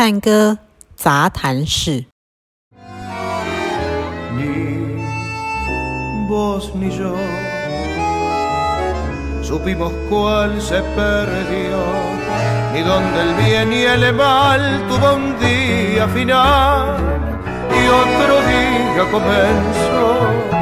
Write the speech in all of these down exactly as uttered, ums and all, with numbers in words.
探戈杂谈室。 Ni vos ni yo supimos cuál se perdió, ni donde el bien y el mal tuvo un día final y otro día comenzó。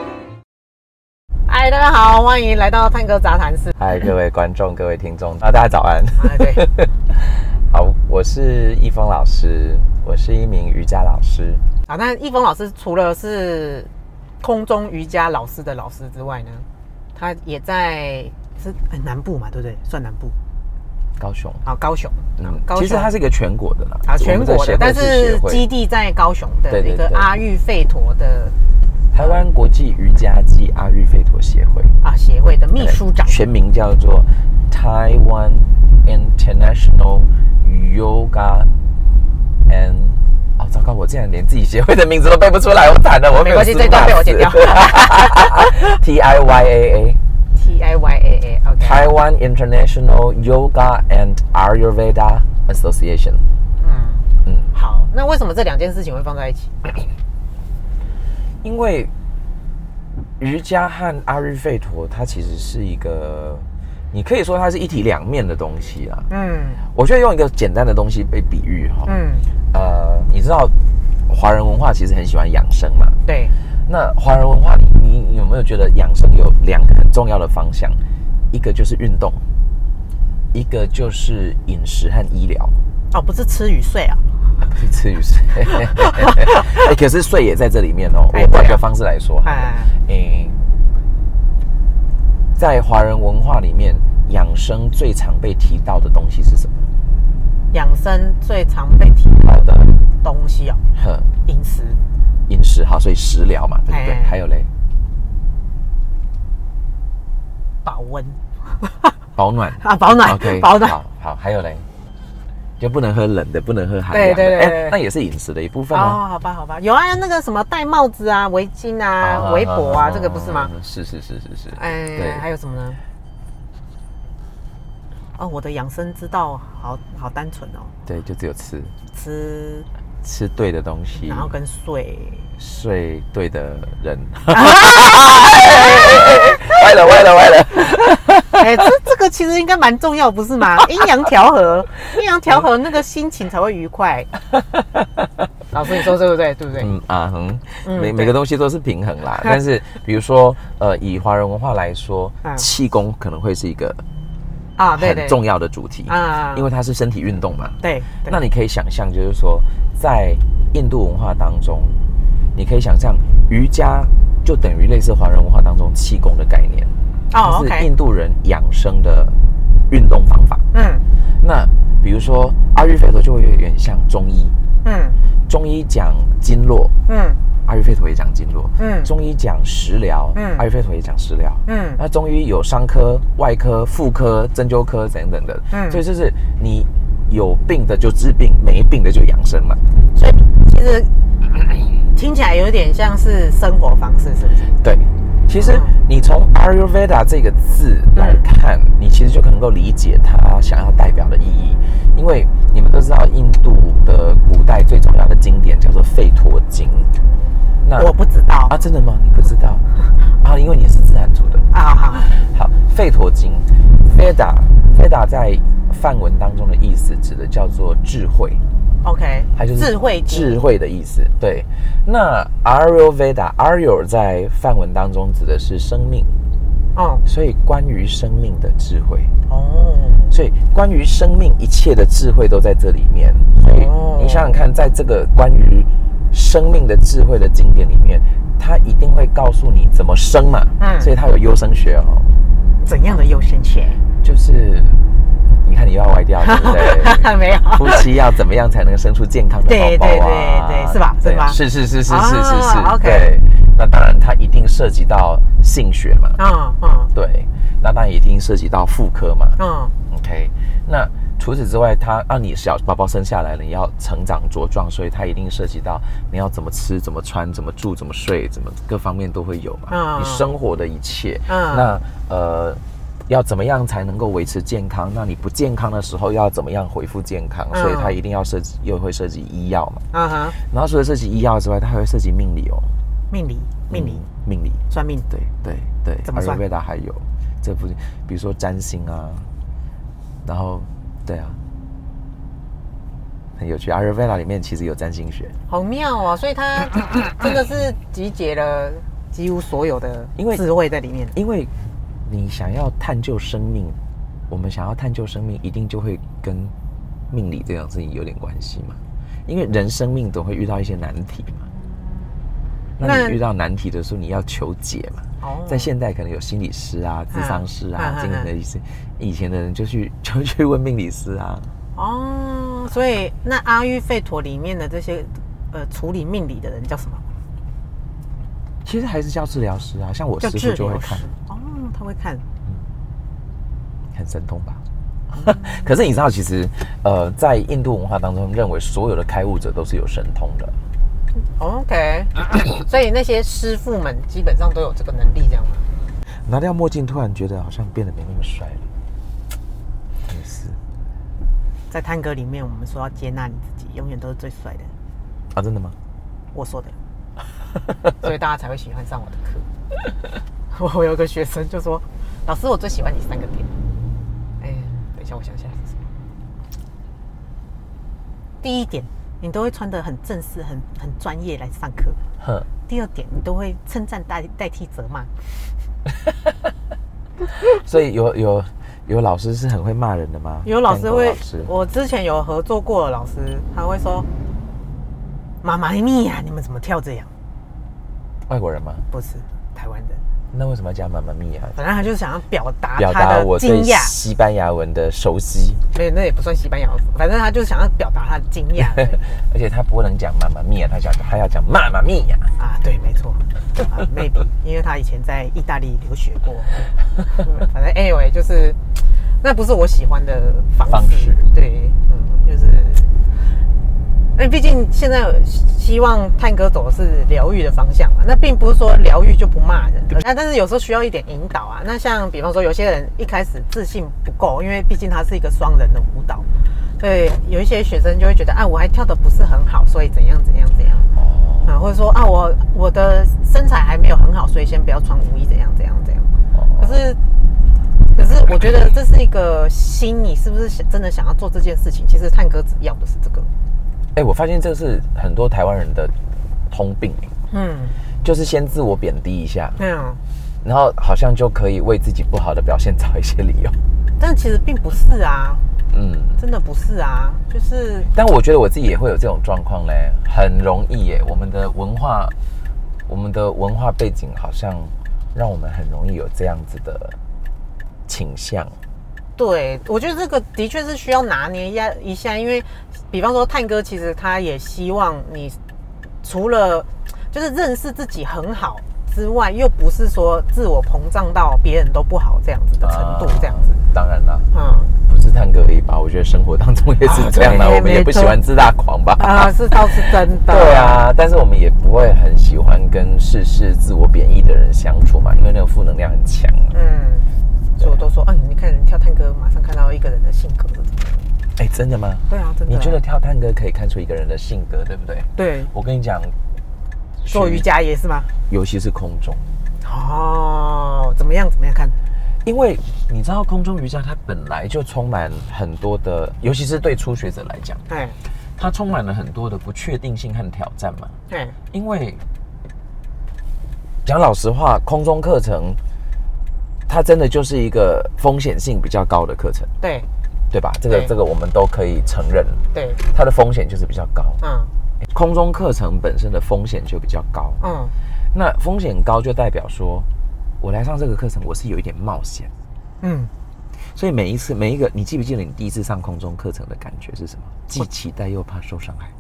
嗨，大家好，欢迎来到探戈杂谈室。 嗨，各位观众、各位听众，啊，大家早安。 啊，对， 好，我是易峰老师，我是一名瑜伽老师。 啊，那易峰老师除了是空中瑜伽老师的老师之外呢，他也在是南部嘛，对不对？算南部。 高雄， 好，高雄， 嗯， 高雄其实它是一个全国的啦， 啊，全国的，但是基地在高雄的一个阿育吠陀的台湾国际瑜伽暨阿育吠陀协会啊协会的秘书长， 全名叫做 Taiwan International Yoga and 哦，糟糕，我竟然连自己协会的名字都背不出来，我惨了，我没关系，这段被我剪掉。 T I Y A A。T I Y A A，OK。 Taiwan International Yoga and Ayurveda Association。 嗯嗯，好，那为什么这两件事情会放在一起？ 因为瑜伽和阿育吠陀，它其实是一个，你可以说它是一体两面的东西啊。嗯，我觉得用一个简单的东西被比喻哈。嗯，呃，你知道华人文化其实很喜欢养生嘛？ 对。 那华人文化你，你你有没有觉得养生有两个很重要的方向？一个就是运动，一个就是饮食和医疗。 哦，不是吃与睡啊？ 不是吃与睡。欸、可是睡也在这里面哦。我换个方式来说，哎、欸，在华人文化里面，养生最常被提到的东西是什么？ 养生最常被提到的东西哦，饮食。 饮食好，所以食疗嘛，对不对？欸、还有嘞， 保温、 保暖啊，保暖 ，OK， 保暖， 好，好，还有嘞，就不能喝冷的，不能喝寒凉的，对对 对, 对、 欸，那也是饮食的一部分啊。 哦，好吧，好吧，有啊，那个什么戴帽子啊、围巾啊、围脖啊，这个不是吗？ 是是是是是。 哎、欸，还有什么呢？哦，我的养生之道好好单纯哦。对， 就只有吃吃。 吃对的东西， 然后跟睡睡对的人，歪了歪了歪了。 哎、欸，这这个其实应该蛮重要，不是吗？阴阳调和，阴阳调和，那个心情才会愉快。老师，你说对不对？对不对？嗯啊， 嗯，嗯每每个东西都是平衡啦。但是比如说，呃，以华人文化来说，啊、气功可能会是一个。啊，对对，很重要的主题啊，因为它是身体运动嘛。 对， 那你可以想象，就是说，在印度文化当中，你可以想象瑜伽就等于类似华人文化当中气功的概念。哦，它是印度人养生的运动方法。嗯，那比如说阿育吠陀就会有点像中医。嗯，中医讲经络。嗯。阿育吠陀也讲经络，嗯，中医讲食疗，嗯，阿育吠陀也讲食疗，嗯，那中医有伤科、外科、妇科、针灸科等等的，嗯，所以就是你有病的就治病，没病的就养生嘛。 所以其实听起来有点像是生活方式，是不是？ 对，其实你从 Ayurveda 这个字来看，嗯、你其实就能够理解它想要代表的意义，因为你们都知道印度的古代最重要的经典叫做《吠陀经》。 那我不知道啊，真的吗？你不知道啊？因为你是自然组的啊。好，好，吠陀经 ，Veda，Veda 在梵文当中的意思指的叫做智慧 ，OK， 它就是智慧智慧的意思。对，那 Ayurveda，Ayur 在梵文当中指的是生命，哦，所以关于生命的智慧哦，所以关于生命一切的智慧都在这里面。所以你想想看，在这个关于生命的智慧的经典里面，它一定会告诉你怎么生嘛，嗯，所以它有优生学哦。 怎样的优生学？ 就是你看你又要歪掉，对不对？ 没有。 夫妻要怎么样才能生出健康的宝宝啊？ 对对对对，是吧？是吧？ 是是是是是是是。 OK。 对，那当然它一定涉及到性学嘛。嗯嗯。对，那当然也一定涉及到妇科嘛。嗯。OK， 那。除此之外，他啊，你小宝宝生下来了，你要成长茁壮，所以它一定涉及到你要怎么吃、怎么穿、怎么住、怎么睡，怎么各方面都会有嘛。嗯、你生活的一切，嗯、那呃， 要怎么样才能够维持健康？那你不健康的时候要怎么样恢复健康？嗯、所以它一定要涉及，又会涉及医药嘛。嗯哼。然后除了涉及医药之外，它还会涉及命理哦。 命理，命理， 嗯、命理， 算命。 对对对。 怎么算？ 阿育吠陀还有这部，比如说占星啊，然后对啊，很有趣。阿育吠陀里面其实有占星学， 好妙哦！所以它真的是集结了几乎所有的智慧在里面。 因为你想要探究生命，我们想要探究生命，一定就会跟命理这样事情有点关系嘛。因为人生命总会遇到一些难题嘛。那你遇到难题的时候，你要求解嘛。哦。在现代可能有心理师啊、咨商师啊、精神的医师，以前的人就去就去问命理师啊。 哦，所以那阿育吠陀里面的这些呃处理命理的人叫什么？ 其实还是叫治疗师啊，像我师傅就会看。 他会看，嗯， 很神通吧？嗯、可是你知道，其实，呃，在印度文化当中，认为所有的开悟者都是有神通的。 OK， 所以那些师傅们基本上都有这个能力，这样吗？ 拿掉墨镜，突然觉得好像变得没那么帅了。也是， 在探戈里面，我们说要接纳你自己，永远都是最帅的。 啊，真的吗？ 我说的，所以大家才会喜欢上我的课。我有个学生就说：“老师，我最喜欢你三个点。”哎，等一下，我想想是什么。第一点，你都会穿得很正式、很很专业来上课。呵。第二点，你都会称赞代代替责骂。 所以有有有老师是很会骂人的吗？ 有老师会，我之前有合作过的老师，他会说：“妈妈咪呀，你们怎么跳这样？” 外国人吗？ 不是，台湾人。 那为什么要加妈妈咪呀？ 反正他就是想要表达表达我对西班牙文的熟悉。 没有，那也不算西班牙文，反正他就是想要表达他的惊讶。 而且他不能讲妈妈咪呀，他讲他要讲妈妈咪呀。 啊，对，没错。啊 ，maybe， 因为他以前在意大利留学过。反正 anyway， 就是那不是我喜欢的方式。方式对，嗯，就是。因为毕竟现在希望探戈走的是疗愈的方向嘛，那并不是说疗愈就不骂人，那但是有时候需要一点引导啊。那像比方说有些人一开始自信不够，因为毕竟它是一个双人的舞蹈，所以有一些学生就会觉得啊，我还跳得不是很好，所以怎样怎样怎样啊，或者说啊，我我的身材还没有很好，所以先不要穿舞衣，怎样怎样怎样。可是可是我觉得这是一个心，你是不是真的想要做这件事情？其实探戈只要的是这个。 哎、欸，我发现这是很多台湾人的通病，嗯，就是先自我贬低一下，嗯，然后好像就可以为自己不好的表现找一些理由， 但其实并不是啊，嗯，真的不是啊，就是， 但我觉得我自己也会有这种状况嘞，很容易耶，我们的文化，我们的文化背景好像让我们很容易有这样子的倾向。 对，我觉得这个的确是需要拿捏一下，因为比方说探戈，其实他也希望你除了就是认识自己很好之外，又不是说自我膨胀到别人都不好这样子的程度，这样子。 啊、当然啦，嗯，不是探戈而已吧？我觉得生活当中也是这样的、啊，我们也不喜欢自大狂吧？ 啊，是倒是真的。 对啊，但是我们也不会很喜欢跟事事自我贬义的人相处嘛，因为那个负能量很强。嗯。 所以我都说，啊，你看人跳探戈，马上看到一个人的性格是怎么样。 哎、欸，真的吗？ 对啊，真的、啊。 你觉得跳探戈可以看出一个人的性格，对不对？ 对。 我跟你讲， 做瑜伽也是吗？ 尤其是空中。 哦，怎么样？怎么样看？ 因为你知道，空中瑜伽它本来就充满很多的，尤其是对初学者来讲，对，它充满了很多的不确定性和挑战嘛。对。因为讲老实话，空中课程。它真的就是一个风险性比较高的课程， 对， 对吧？这个这个我们都可以承认， 对， 它的风险就是比较高。嗯，空中课程本身的风险就比较高。嗯，那风险高就代表说，我来上这个课程，我是有一点冒险。嗯，所以每一次每一个，你记不记得你第一次上空中课程的感觉是什么？既期待又怕受伤害，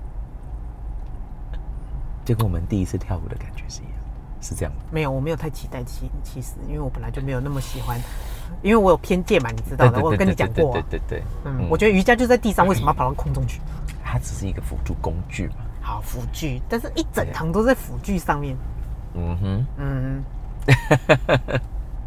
就跟我们第一次跳舞的感觉是一样。是这样吗？ 没有，我没有太期待其其实，因为我本来就没有那么喜欢，因为我有偏见嘛，你知道的，我有跟你讲过、啊。 对对对对， 嗯，嗯我觉得瑜伽就在地上，为什么要跑到空中去？ 它只是一个辅助工具嘛。 好，辅具，但是一整堂都在辅具上面。嗯哼，嗯哼，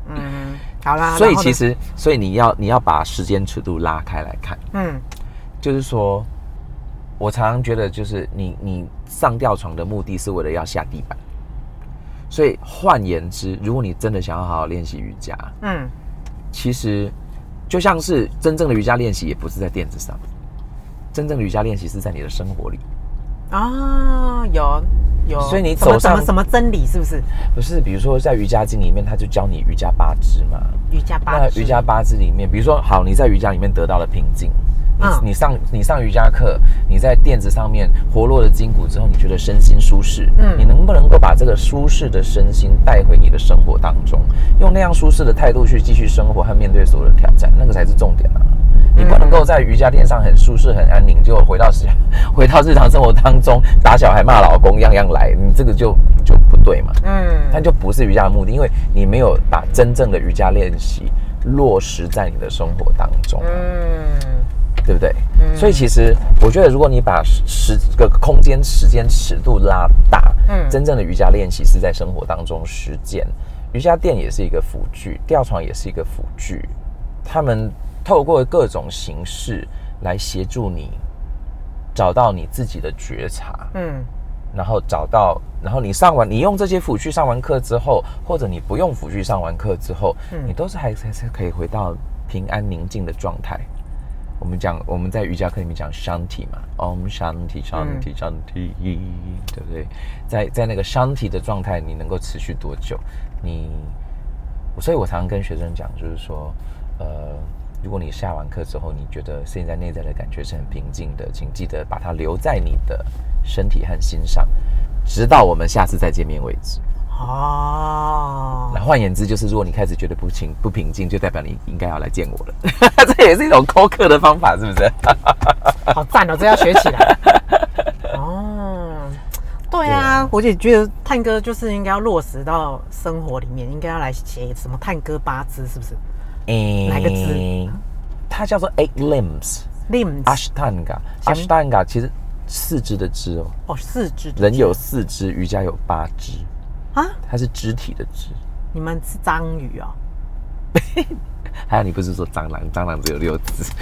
嗯，好啦。 所以其实，所以你要你要把时间尺度拉开来看。 嗯， 就是说，我常常觉得，就是你你上吊床的目的是为了要下地板。所以换言之，如果你真的想要好好练习瑜伽，嗯，其实就像是真正的瑜伽练习，也不是在垫子上，真正的瑜伽练习是在你的生活里。 啊，有有， 所以你走上什么什么真理是不是？ 不是，比如说在瑜伽经里面，他就教你瑜伽八支嘛。 瑜伽八支， 那瑜伽八支里面，比如说好，你在瑜伽里面得到了平静。你, 你上你上瑜伽课，你在垫子上面活络了筋骨之后，你觉得身心舒适，嗯，你能不能够把这个舒适的身心带回你的生活当中，用那样舒适的态度去继续生活和面对所有的挑战，那个才是重点啊！你不能够在瑜伽垫上很舒适、很安宁，结果回到回到日常生活当中打小孩、骂老公，样样来，你这个就就不对嘛，嗯，那就不是瑜伽的目的，因为你没有把真正的瑜伽练习落实在你的生活当中，嗯。对不对？嗯、所以其实我觉得，如果你把时个空间、时间尺度拉大，嗯，真正的瑜伽练习是在生活当中实践。瑜伽垫也是一个辅具，吊床也是一个辅具，他们透过各种形式来协助你找到你自己的觉察，嗯，然后找到，然后你上完，你用这些辅具上完课之后，或者你不用辅具上完课之后，嗯，你都是还是可以回到平安宁静的状态。我们讲，我们在瑜伽课里面讲 Shanti 嘛 ，Om Shanti Shanti Shanti，、嗯、对不对？在在那个 Shanti 的状态，你能够持续多久？你，所以我常常跟学生讲，就是说，呃，如果你下完课之后，你觉得现在内在的感觉是很平静的，请记得把它留在你的身体和心上，直到我们下次再见面为止。哦，那换言之就是，如果你开始觉得不平不平静，就代表你应该要来见我了。这也是一种扣课的方法，是不是？ 好赞哦，这要学起来。哦，对啊，我也觉得探戈就是应该要落实到生活里面，应该要来写什么探戈八支，是不是？欸、哪个支？ 它叫做 eight limbs。limbs。Ashtanga。Ashtanga 其实四肢的肢哦。 哦，四肢。 人有四肢，瑜伽有八支。啊，它是肢体的肢。 你们是章鱼哦？ 还有，你不是说蟑螂？蟑螂只有六只。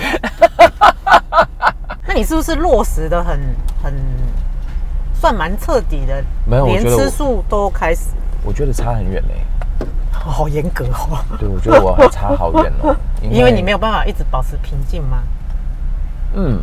那你是不是落实的很很算蛮彻底的？ 没有， 连吃素都开始。 我觉得差很远嘞、欸。 好严格哦。 对，我觉得我还差好远哦。 因为, 因为你没有办法一直保持平静吗？ 嗯，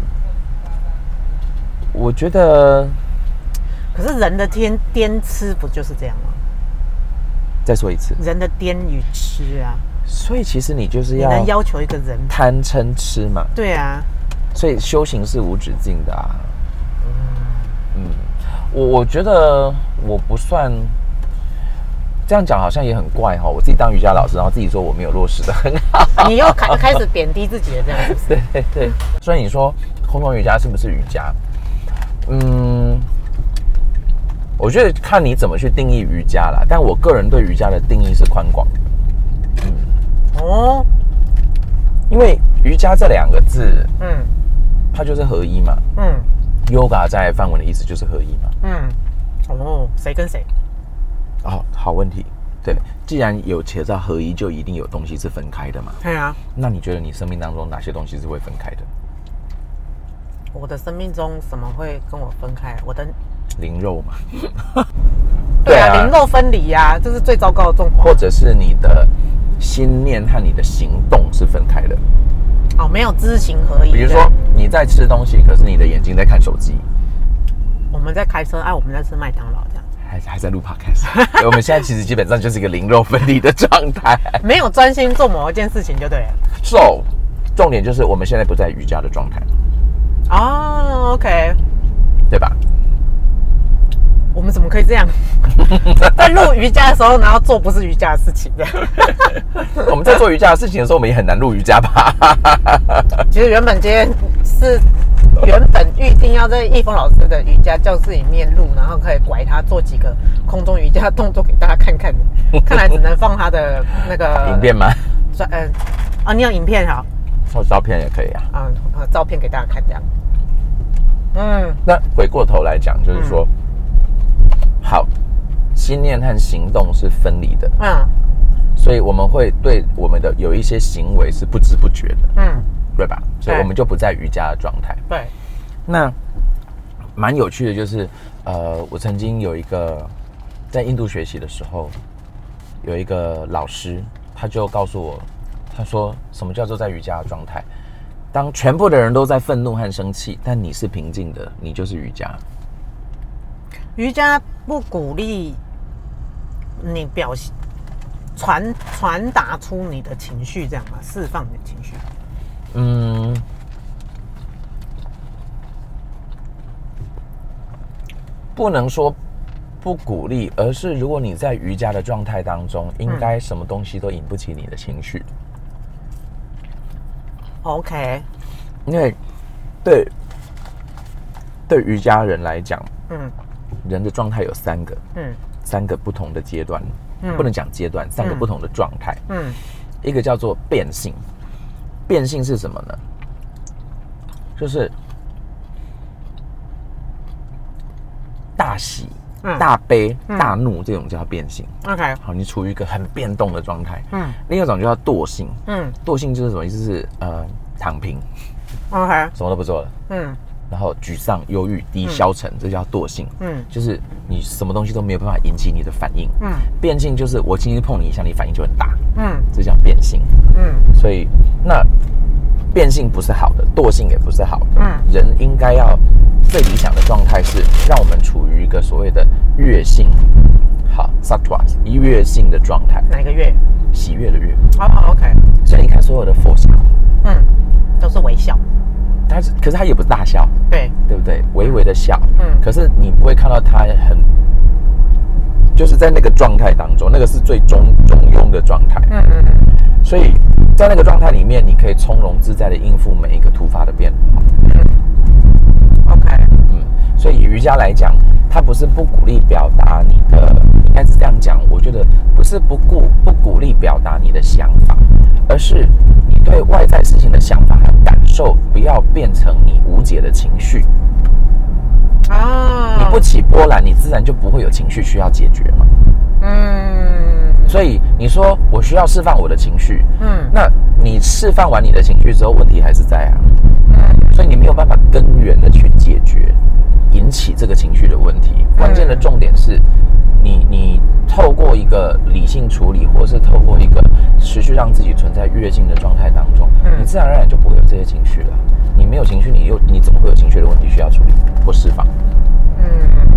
我觉得。 可是人的颠颠吃不就是这样吗？ 再说一次， 人的颠与吃啊。 所以其实你就是要你能要求一个人贪嗔痴嘛？ 对啊。 所以修行是无止境的啊。嗯，我我觉得我不算这样讲，好像也很怪哈。我自己当瑜伽老师，然后自己说我没有落实的很好。 你又开开始贬低自己了，这样子。 对对对。所以你说空中瑜伽是不是瑜伽？嗯。我觉得看你怎么去定义瑜伽啦，但我个人对瑜伽的定义是宽广。嗯，哦，因为瑜伽这两个字，嗯，它就是合一嘛。嗯 ，Yoga 在梵文的意思就是合一嘛。 嗯，哦，谁跟谁？ 哦，好问题。对，既然有提到合一，就一定有东西是分开的嘛。 对啊。那你觉得你生命当中哪些东西是会分开的？ 我的生命中什么会跟我分开？我的。 灵肉嘛， 对啊，灵肉分离呀、啊，这是最糟糕的状况。 或者是你的心念和你的行动是分开的。 哦，没有知行合一。 比如说你在吃东西，可是你的眼睛在看手机。 我们在开车，哎、啊，我们在吃麦当劳这样。 还还在录 podcast。我们现在其实基本上就是一个灵肉分离的状态， 没有专心做某一件事情就对了。 So， 重点就是我们现在不在瑜伽的状态。 哦 ，OK， 对吧？ 我们怎么可以这样？在录瑜伽的时候，然后做不是瑜伽的事情的。 我们在做瑜伽的事情的时候，我们也很难录瑜伽吧？ 其实原本今天是原本预定要在易峰老师的瑜伽教室里面录，然后可以拐他做几个空中瑜伽动作给大家看看的。看来只能放他的那个影片吗？ 嗯，啊，你有影片好， 或照片也可以啊。 啊、嗯，照片给大家看这样。嗯， 那回过头来讲，就是说。嗯好，心念和行动是分离的。嗯， 所以我们会对我们的有一些行为是不知不觉的，嗯，对吧？所以我们就不在瑜伽的状态。 对， 那蛮有趣的，就是呃，我曾经有一个在印度学习的时候，有一个老师，他就告诉我，他说什么叫做在瑜伽的状态？当全部的人都在愤怒和生气，但你是平静的，你就是瑜伽。 瑜伽不鼓励你表现传传达出你的情绪，这样吗？释放你的情绪。 嗯，不能说不鼓励，而是如果你在瑜伽的状态当中，应该什么东西都引不起你的情绪。 OK， 因为对对瑜伽人来讲，嗯，人的状态有三个，嗯，三个不同的阶段，嗯，不能讲阶段，三个不同的状态，嗯，一个叫做变性，变性是什么呢？就是大喜、嗯、大悲、嗯、大怒，这种叫变性。 OK， 好，你处于一个很变动的状态。嗯，另一种就叫惰性。嗯，惰性就是什么意思？是呃躺平。 OK， 什么都不做了。嗯，然后沮丧、忧郁、低消沉，嗯、这叫惰性。嗯，就是你什么东西都没有办法引起你的反应。嗯，变性就是我轻轻碰你一下，你反应就很大。嗯，这叫变性。嗯，所以那变性不是好的，惰性也不是好的。嗯，人应该要最理想的状态是让我们处于一个所谓的悦性，好 sattva 悦性的状态。 哪一个悦？ 喜悦的悦。 哦、oh, ，OK。 所以你看所有的佛像， 嗯，都是微笑。 他是，可是他也不是大笑， 对， 对不对？微微的笑，嗯。可是你不会看到他很，就是在那个状态当中，那个是最中中庸的状态。嗯嗯嗯。所以在那个状态里面，你可以从容自在的应付每一个突发的变化。嗯 OK， 嗯，所以以瑜伽来讲，它不是不鼓励表达你的，应该是这样讲。我觉得不是不顾不鼓励表达你的想法，而是你对外在事情的想法和感受，不要变成你无解的情绪。啊，你不起波澜，你自然就不会有情绪需要解决嘛。嗯，所以你说我需要释放我的情绪，嗯，那你释放完你的情绪之后，问题还是在啊。所以你没有办法根源的去解决引起这个情绪的问题。关键的重点是你你透过一个理性处理，或是透过一个持续让自己存在悦性的状态当中，你自然而然就不会有这些情绪了。你没有情绪，你又你怎么会有情绪的问题需要处理或释放？嗯，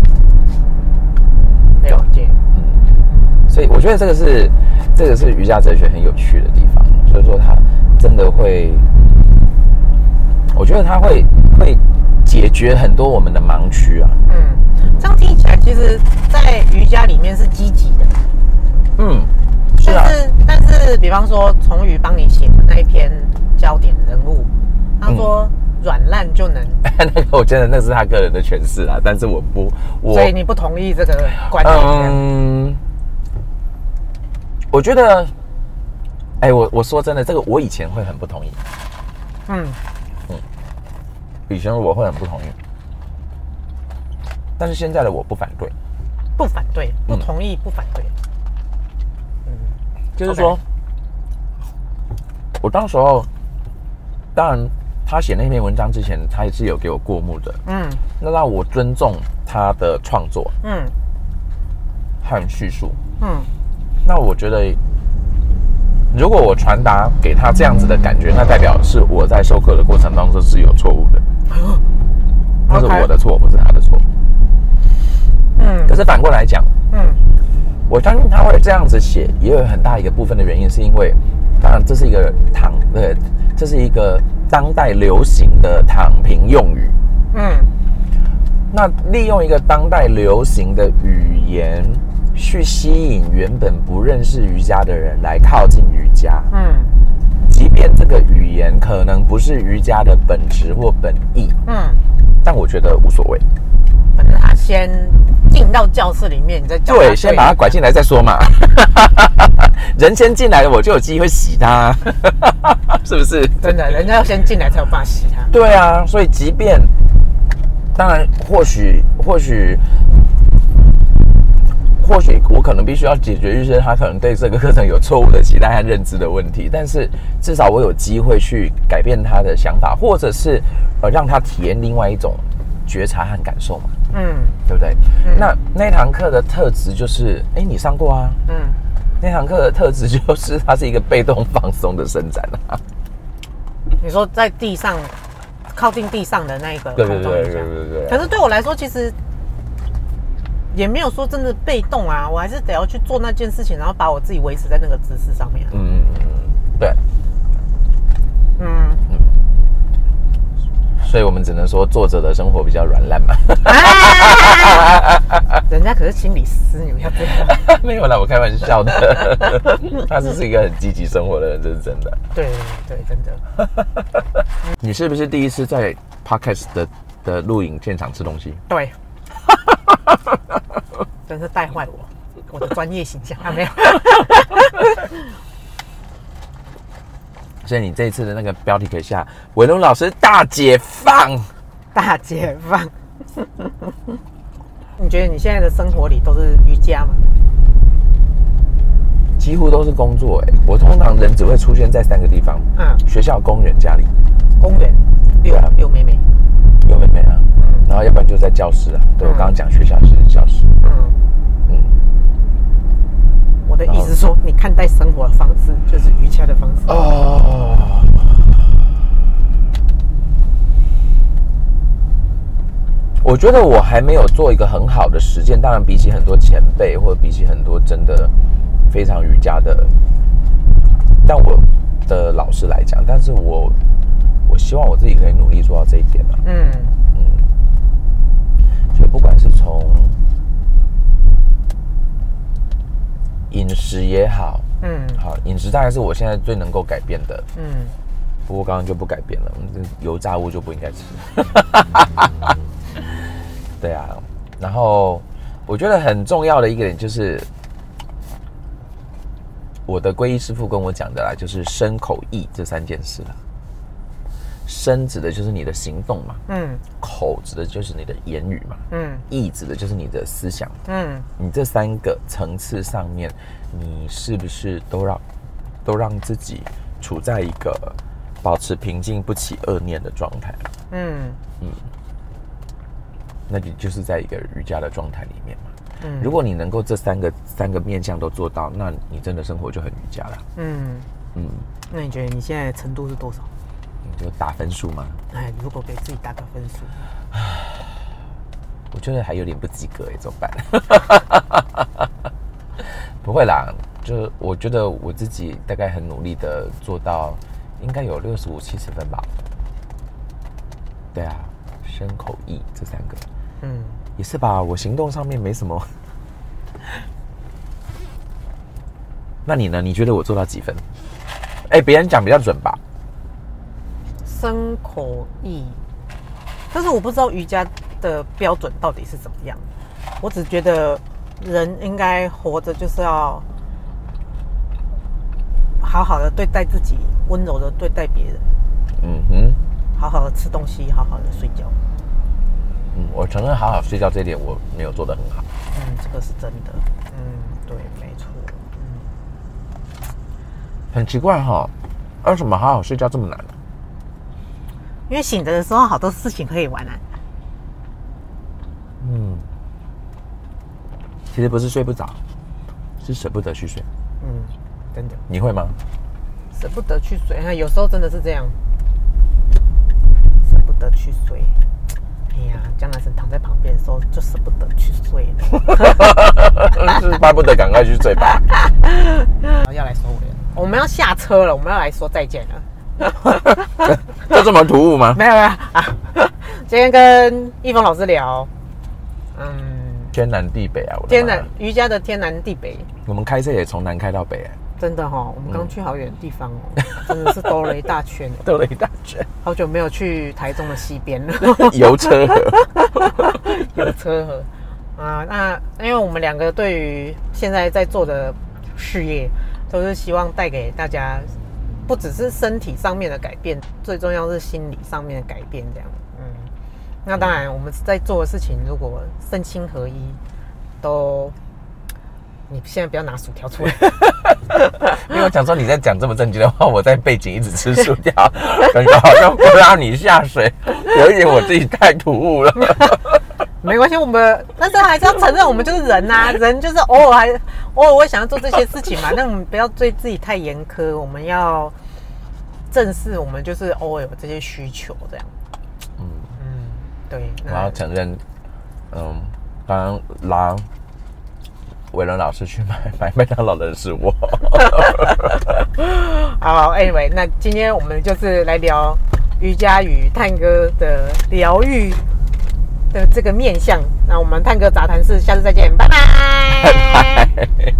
了解。 嗯，所以我觉得这个是这个是瑜伽哲学很有趣的地方，所以说它真的会。我觉得它会会解决很多我们的盲区啊。嗯， 这样听起来，其实，在瑜伽里面是积极的。嗯，是啊。但是，但是，比方说，崇瑜帮你写的那一篇焦点人物，他说软烂就能。 那个我觉得那是他个人的诠释啊，但是我不，我所以你不同意这个观点？嗯， 我觉得，哎、欸，我我说真的，这个我以前会很不同意。嗯。以前我会很不同意，但是现在的我不反对， 不反对，不同意，嗯、不反对。 嗯，就是说， okay. 我当时候，当然他写那篇文章之前，他也是有给我过目的，嗯，那让我尊重他的创作，嗯，和叙述，嗯，那我觉得。如果我传达给他这样子的感觉，那代表是我在授课的过程当中是有错误的，那是我的错，不是他的错。嗯，可是反过来讲，嗯，我相信他会这样子写，也有很大一个部分的原因，是因为，当然这是一个躺，对，这是一个当代流行的躺平用语。嗯，那利用一个当代流行的语言。去吸引原本不认识瑜伽的人来靠近瑜伽，嗯，即便这个语言可能不是瑜伽的本质或本意，嗯，但我觉得无所谓。 反正他先进到教室里面，你再教他对，先把他拐进来再说嘛。人先进来了，我就有机会洗他，是不是？ 真的，人家要先进来才有办法洗他。 对啊，所以即便当然，或许或许。 或许我可能必须要解决一些他可能对这个课程有错误的期待和认知的问题，但是至少我有机会去改变他的想法，或者是呃让他体验另外一种觉察和感受嘛，嗯，对不对？嗯、那那堂课的特质就是，哎，你上过啊，嗯，那堂课的特质就是它是一个被动放松的伸展啊。 你说在地上靠近地上的那个对对对对对对。 可是对我来说，其实也没有说真的被动啊，我还是得要去做那件事情，然后把我自己维持在那个姿势上面、啊。嗯嗯嗯，对， 嗯嗯。所以我们只能说作者的生活比较软烂嘛。 人家可是心理师，你不要这样。 没有啦，我开玩笑的。他是一个很积极生活的人，这是真的。 对对，真的。 你是不是第一次在 podcast 的的录影现场吃东西？ 对。真是带坏我，我的专业形象啊，没有。 所以你这一次的那个标题可以下伟龙老师大解放， 大解放。你觉得你现在的生活里都是瑜伽吗？ 几乎都是工作、欸。我通常人只会出现在三个地方：嗯，学校、公园、家里。 公园，遛遛妹妹， 遛妹妹啊。嗯，然后要不然就在教室啊。对、嗯、我刚刚讲学校是教室。嗯嗯。 我的意思是说，你看待生活的方式就是瑜伽的方式。哦。 我觉得我还没有做一个很好的实践，当然比起很多前辈，或者比起很多真的非常瑜伽的，但我的老师来讲，但是我我希望我自己可以努力做到这一点吧。嗯嗯。所以不管是从饮食也好，嗯，好，饮食大概是我现在最能够改变的，嗯，不过刚刚就不改变了，油炸物就不应该吃。对啊，然后我觉得很重要的一个点就是我的皈依师父跟我讲的啦，就是身口意这三件事啦。身指的就是你的行动嘛，嗯，口指的就是你的言语嘛，嗯，意指的就是你的思想，嗯，你这三个层次上面，你是不是都让都让自己处在一个保持平静不起恶念的状态？嗯嗯。那你就是在一个瑜伽的状态里面嘛。嗯，如果你能够这三个三个面向都做到，那你真的生活就很瑜伽了。嗯嗯，那你觉得你现在的程度是多少？ 你就打分数吗？ 哎，如果给自己打个分数， 我觉得还有点不及格哎，怎么办？不会啦，就我觉得我自己大概很努力的做到，应该有六十五七十分吧。对啊，身口意这三个。嗯，也是吧，我行动上面没什么。那你呢？你觉得我做到几分？哎、欸，别人讲比较准吧。 身口意，但是我不知道瑜伽的标准到底是怎么样。我只觉得人应该活着就是要好好的对待自己，温柔的对待别人。嗯哼，好好的吃东西，好好的睡觉。 嗯，我承认好好睡觉这一点我没有做得很好。 嗯，这个是真的。嗯，对，没错。嗯， 很奇怪哈、哦，为什么好好睡觉这么难呢？ 因为醒着的时候好多事情可以玩啊。 嗯，其实不是睡不着，是舍不得去睡。 嗯，真的。 你会吗？ 舍不得去睡，有时候真的是这样，舍不得去睡。哎呀，江南神躺在旁边的时候就舍不得去睡了，是巴不得赶快去睡吧。 要来收尾了，我们要下车了，我们要来说再见了。 就这么突兀吗？ 没有没有啊，今天跟一峰老师聊，嗯， 天南地北啊，我天南瑜伽的天南地北。 我们开车也从南开到北、欸， 真的哈、哦，我们刚去好远的地方哦，嗯、真的是兜了一大圈， 兜了一大圈。 好久没有去台中的西边了， 游车河， 游车河啊。那因为我们两个对于现在在做的事业，都是希望带给大家。不只是身体上面的改变，最重要是心理上面的改变，这样。嗯，那当然我们在做的事情，如果身心合一，都你现在不要拿薯条出来。 因为我讲说你在讲这么正经的话，我在背景一直吃薯条，感觉好像不让你下水，有一点我自己太突兀了。 没关系，我们但是还是要承认，我们就是人呐、啊，人就是偶尔还偶尔会想要做这些事情嘛。但我们不要对自己太严苛，我们要正视我们就是偶尔有这些需求这样。嗯嗯，对。 我要承认，嗯，刚刚拉伟伦老师去买买麦当劳的人是我。 好 ，Anyway， 那今天我们就是来聊瑜伽与探戈的疗愈的这个面向。那我们探戈杂谈室下次再见，拜拜。拜拜。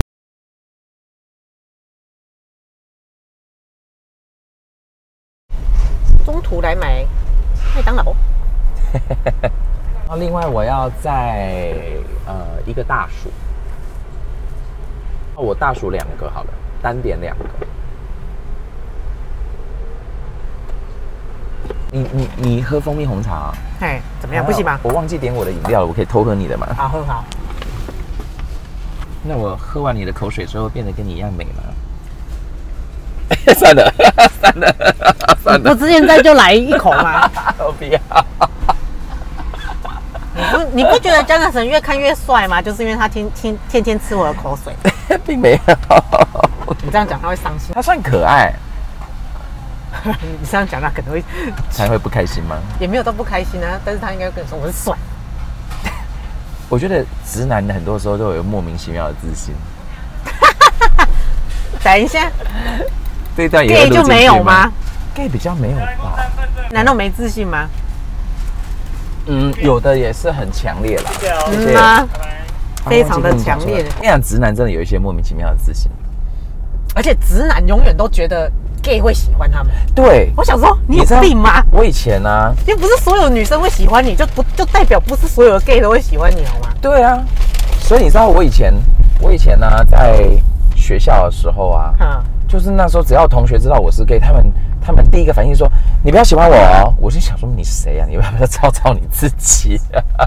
中途来买麦当劳。 然后另外我要在呃一个大薯。我大数两个好了，单点两个。你你你喝蜂蜜红茶啊？ 哎，怎么样？不行吗？ 我忘记点我的饮料了，我可以偷喝你的吗？ 好，喝好。 那我喝完你的口水之后，变得跟你一样美吗？算了算了算了， 我之前在就来一口吗？ 我不要。 你不你不觉得江南神越看越帅吗？就是因为他天天天天吃我的口水。 并没有。 你这样讲他会伤心。 他算可爱。 你这样讲他可能会才会不开心吗？ 也没有到不开心啊，但是他应该跟你说我是帅。 我觉得直男很多时候都有莫名其妙的自信。 等一下， 这一段也 gay 就没有吗 ？gay 比较没有吧？ 难道没自信吗？ 嗯，有的也是很强烈啦。 嗯吗？非常的强烈。 那样直男真的有一些莫名其妙的自信， 而且直男永远都觉得 gay 会喜欢他们。 对， 我想说你有病吗？ 我以前啊， 因为不是所有女生会喜欢你，就不就代表不是所有的 gay 都会喜欢你好吗？ 对啊，所以你知道我以前我以前呢、啊、在学校的时候啊，嗯，就是那时候只要同学知道我是 gay， 他们他们第一个反应说你不要喜欢我哦。我心想说你是谁啊？你要不要照照你自己？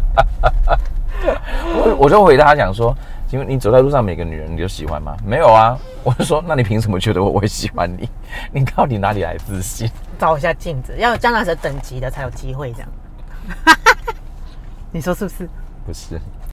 我我就回答他讲说，请问你走在路上每个女人你就喜欢吗？没有啊。我就说那你凭什么觉得我会喜欢你？你到底哪里来自信？ 照一下镜子，要有江南神等级的才有机会这样。你说是不是？ 不是。